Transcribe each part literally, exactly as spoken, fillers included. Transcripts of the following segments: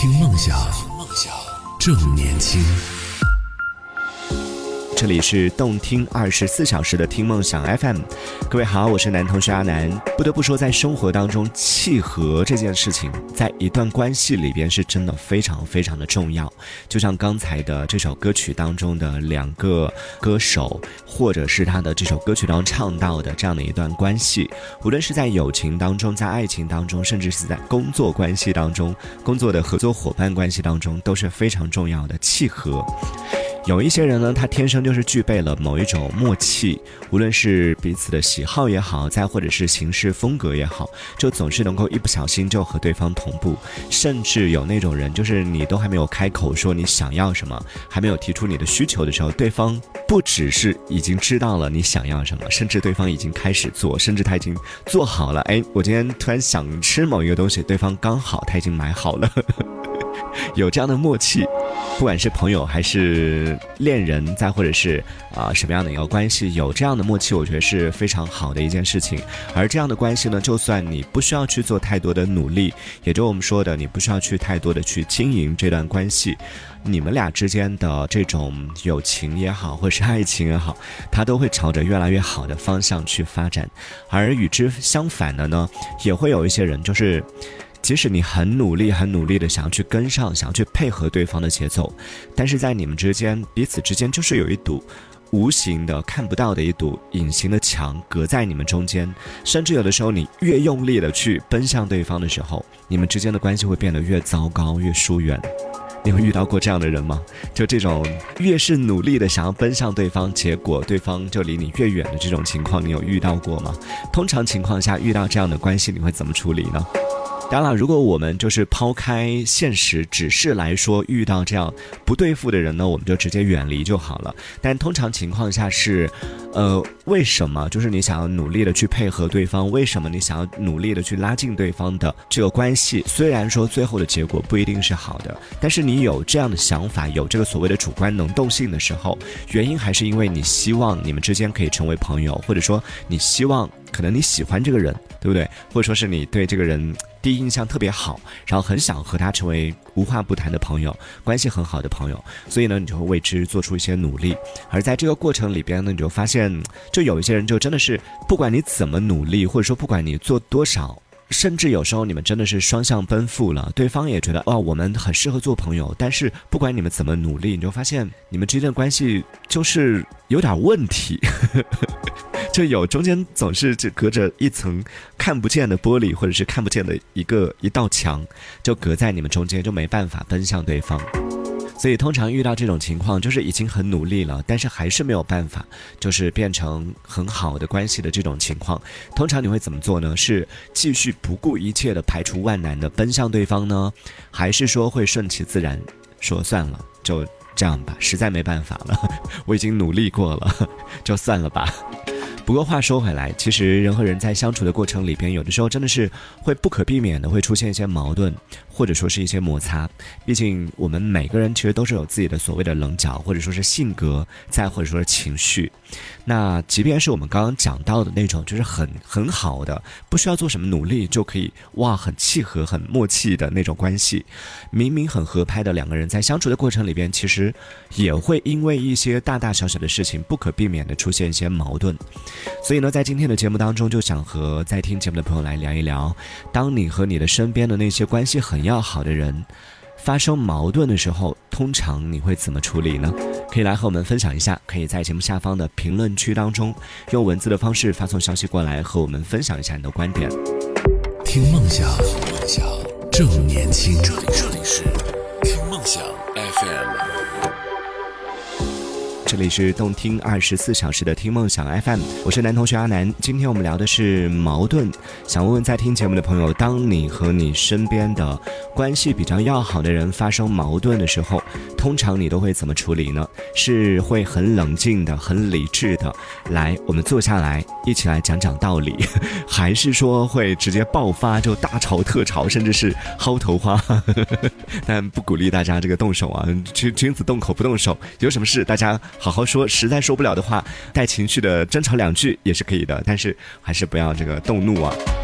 听梦想，正年轻。 这里是动听二十四小时的听梦想 F M， 各位好，我是男同学阿南。不得不说，在生活当中，契合这件事情，在一段关系里边是真的非常非常的重要。就像刚才的这首歌曲当中的两个歌手，或者是他的这首歌曲当中唱到的这样的一段关系，无论是在友情当中，在爱情当中，甚至是在工作关系当中，工作的合作伙伴关系当中，都是非常重要的契合。有一些人呢，他天生就是具备了某一种默契，无论是彼此的喜好也好，再或者是行事风格也好，就总是能够一不小心就和对方同步。甚至有那种人，就是你都还没有开口说你想要什么，还没有提出你的需求的时候，对方不只是已经知道了你想要什么，甚至对方已经开始做，甚至他已经做好了。哎，我今天突然想吃某一个东西，对方刚好他已经买好了。有这样的默契，不管是朋友还是恋人，再或者是啊、呃、什么样的一个关系，有这样的默契，我觉得是非常好的一件事情。而这样的关系呢，就算你不需要去做太多的努力，也就我们说的，你不需要去太多的去经营这段关系，你们俩之间的这种友情也好，或是爱情也好，它都会朝着越来越好的方向去发展。而与之相反的呢，也会有一些人，就是即使你很努力很努力的想要去跟上，想要去配合对方的节奏，但是在你们之间彼此之间就是有一堵无形的看不到的一堵隐形的墙隔在你们中间，甚至有的时候你越用力的去奔向对方的时候，你们之间的关系会变得越糟糕越疏远。你有遇到过这样的人吗？就这种越是努力的想要奔向对方，结果对方就离你越远的这种情况，你有遇到过吗？通常情况下遇到这样的关系，你会怎么处理呢？当然，如果我们就是抛开现实，只是来说遇到这样不对付的人呢，我们就直接远离就好了。但通常情况下是，呃，为什么就是你想要努力的去配合对方？为什么你想要努力的去拉近对方的这个关系？虽然说最后的结果不一定是好的，但是你有这样的想法，有这个所谓的主观能动性的时候，原因还是因为你希望你们之间可以成为朋友，或者说你希望可能你喜欢这个人，对不对？或者说是你对这个人第一印象特别好，然后很想和他成为无话不谈的朋友，关系很好的朋友，所以呢你就会为之做出一些努力。而在这个过程里边呢，你就发现就有一些人就真的是不管你怎么努力，或者说不管你做多少，甚至有时候你们真的是双向奔赴了，对方也觉得哦我们很适合做朋友，但是不管你们怎么努力，你就发现你们之间的关系就是有点问题。就有中间总是就隔着一层看不见的玻璃，或者是看不见的一个一道墙，就隔在你们中间，就没办法奔向对方。所以通常遇到这种情况，就是已经很努力了，但是还是没有办法就是变成很好的关系的这种情况，通常你会怎么做呢？是继续不顾一切的排除万难的奔向对方呢，还是说会顺其自然说算了就这样吧，实在没办法了，我已经努力过了，就算了吧。不过话说回来，其实人和人在相处的过程里边，有的时候真的是会不可避免的会出现一些矛盾，或者说是一些摩擦。毕竟我们每个人其实都是有自己的所谓的棱角，或者说是性格，再或者说是情绪。那即便是我们刚刚讲到的那种就是很很好的，不需要做什么努力就可以哇很契合很默契的那种关系，明明很合拍的两个人在相处的过程里边，其实也会因为一些大大小小的事情不可避免的出现一些矛盾。所以呢，在今天的节目当中，就想和在听节目的朋友来聊一聊，当你和你的身边的那些关系很要好的人发生矛盾的时候，通常你会怎么处理呢？可以来和我们分享一下，可以在节目下方的评论区当中用文字的方式发送消息过来，和我们分享一下你的观点。 听梦想，正年轻。这里这里是听梦想 F M。 这里是动听二十四小时的听梦想 F M， 我是男同学阿南。今天我们聊的是矛盾，想问问在听节目的朋友，当你和你身边的关系比较要好的人发生矛盾的时候，通常你都会怎么处理呢？是会很冷静的很理智的来我们坐下来一起来讲讲道理，还是说会直接爆发就大吵特吵，甚至是薅头花？但不鼓励大家这个动手啊，君君子动口不动手，有什么事大家好好说，实在受不了的话带情绪的争吵两句也是可以的，但是还是不要这个动怒啊。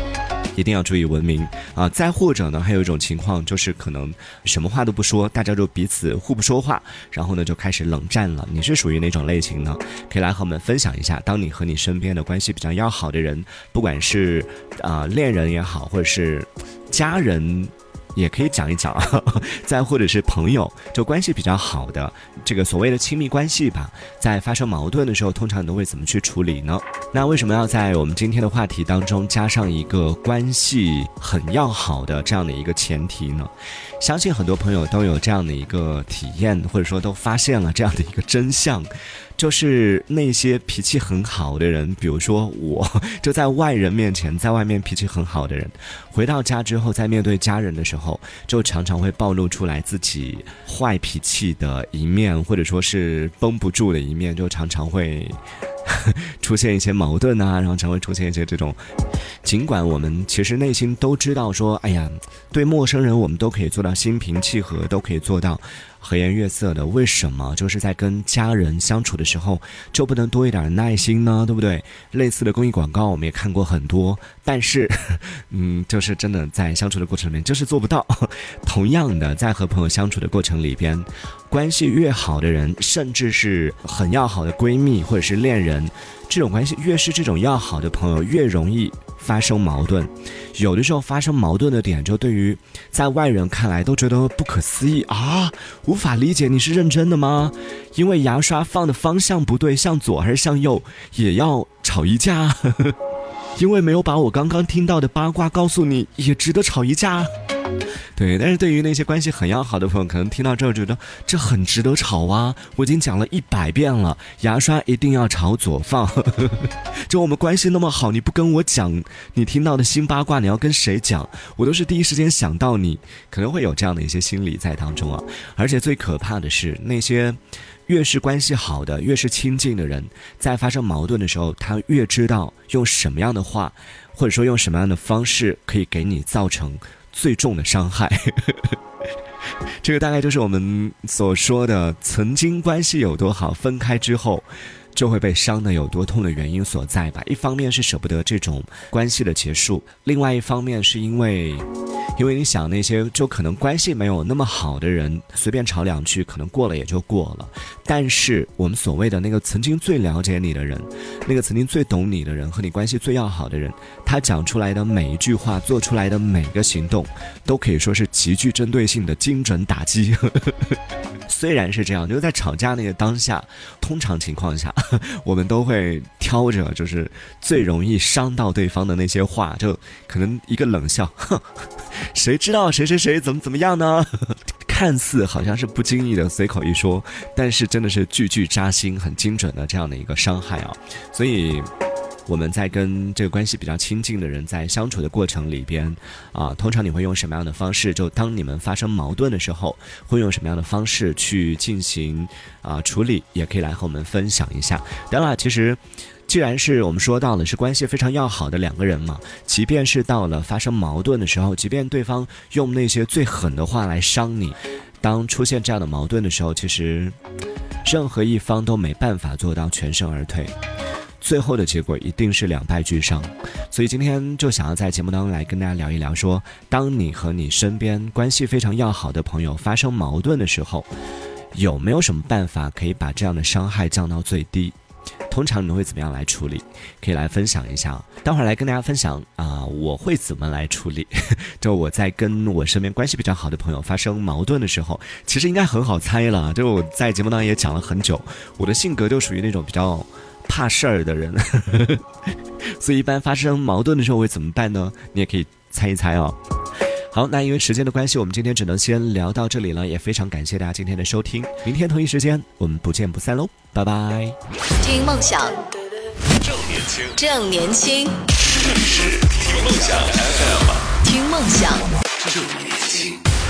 一定要注意文明啊。再或者呢，还有一种情况就是可能什么话都不说，大家就彼此互不说话，然后呢就开始冷战了。你是属于哪种类型呢？可以来和我们分享一下。当你和你身边的关系比较要好的人，不管是啊、呃、恋人也好，或者是家人，也可以讲一讲啊，再或者是朋友，就关系比较好的这个所谓的亲密关系吧，在发生矛盾的时候，通常都会怎么去处理呢？那为什么要在我们今天的话题当中加上一个关系很要好的这样的一个前提呢？相信很多朋友都有这样的一个体验，或者说都发现了这样的一个真相，就是那些脾气很好的人，比如说我，就在外人面前，在外面脾气很好的人，回到家之后，在面对家人的时候，就常常会暴露出来自己坏脾气的一面，或者说是绷不住的一面，就常常会出现一些矛盾啊，然后常会出现一些这种，尽管我们其实内心都知道说，哎呀，对陌生人我们都可以做到心平气和，都可以做到和颜悦色的，为什么就是在跟家人相处的时候就不能多一点耐心呢？对不对？类似的公益广告我们也看过很多，但是嗯，就是真的在相处的过程里面就是做不到。同样的，在和朋友相处的过程里边，关系越好的人，甚至是很要好的闺蜜或者是恋人，这种关系越是这种要好的朋友，越容易发生矛盾。有的时候发生矛盾的点，就对于在外人看来都觉得不可思议啊，无法理解，你是认真的吗？因为牙刷放的方向不对，向左还是向右，也要吵一架？因为没有把我刚刚听到的八卦告诉你，也值得吵一架？对，但是对于那些关系很要好的朋友，可能听到这儿觉得这很值得吵啊！我已经讲了一百遍了，牙刷一定要朝左放。就我们关系那么好，你不跟我讲你听到的新八卦，你要跟谁讲？我都是第一时间想到你，可能会有这样的一些心理在当中啊。而且最可怕的是，那些越是关系好的，越是亲近的人，在发生矛盾的时候，他越知道用什么样的话，或者说用什么样的方式，可以给你造成最重的伤害。这个大概就是我们所说的曾经关系有多好，分开之后就会被伤得有多痛的原因所在吧。一方面是舍不得这种关系的结束，另外一方面是因为因为你想那些就可能关系没有那么好的人，随便吵两句可能过了也就过了，但是我们所谓的那个曾经最了解你的人，那个曾经最懂你的人，和你关系最要好的人，他讲出来的每一句话，做出来的每个行动，都可以说是极具针对性的精准打击。虽然是这样，就是在吵架那个当下，通常情况下我们都会挑着就是最容易伤到对方的那些话，就可能一个冷笑，哼，谁知道谁谁谁怎么怎么样呢？看似好像是不经意的随口一说，但是真的是句句扎心，很精准的这样的一个伤害啊。所以我们在跟这个关系比较亲近的人在相处的过程里边啊，通常你会用什么样的方式？就当你们发生矛盾的时候，会用什么样的方式去进行啊处理？也可以来和我们分享一下。当然，其实既然是我们说到了是关系非常要好的两个人嘛，即便是到了发生矛盾的时候，即便对方用那些最狠的话来伤你，当出现这样的矛盾的时候，其实任何一方都没办法做到全身而退。最后的结果一定是两败俱伤。所以今天就想要在节目当中来跟大家聊一聊说，当你和你身边关系非常要好的朋友发生矛盾的时候，有没有什么办法可以把这样的伤害降到最低？通常你们会怎么样来处理？可以来分享一下。待会儿来跟大家分享啊、呃，我会怎么来处理。就我在跟我身边关系比较好的朋友发生矛盾的时候，其实应该很好猜了。就我在节目当中也讲了很久，我的性格就属于那种比较怕事儿的人。所以一般发生矛盾的时候会怎么办呢？你也可以猜一猜哦。好，那因为时间的关系，我们今天只能先聊到这里了，也非常感谢大家今天的收听，明天同一时间我们不见不散喽，拜拜。 听梦想， 正年轻， 正年轻， 这里是听梦想 F M， 听梦想， 正年轻。